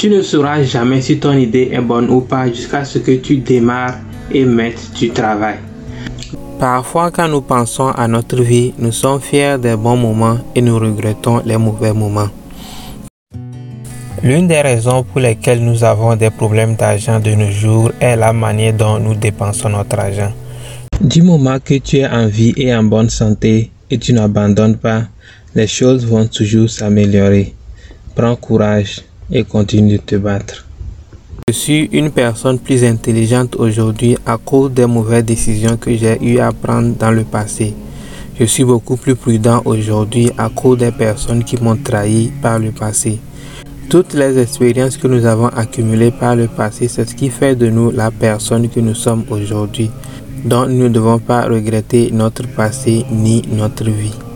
Tu ne sauras jamais si ton idée est bonne ou pas jusqu'à ce que tu démarres et mettes du travail. Parfois, quand nous pensons à notre vie, nous sommes fiers des bons moments et nous regrettons les mauvais moments. L'une des raisons pour lesquelles nous avons des problèmes d'argent de nos jours est la manière dont nous dépensons notre argent. Du moment que tu es en vie et en bonne santé et tu n'abandonnes pas, les choses vont toujours s'améliorer. Prends courage et continue de te battre. Je suis une personne plus intelligente aujourd'hui à cause des mauvaises décisions que j'ai eu à prendre dans le passé. Je suis beaucoup plus prudent aujourd'hui à cause des personnes qui m'ont trahi par le passé. Toutes les expériences que nous avons accumulées par le passé, c'est ce qui fait de nous la personne que nous sommes aujourd'hui. Donc nous ne devons pas regretter notre passé ni notre vie.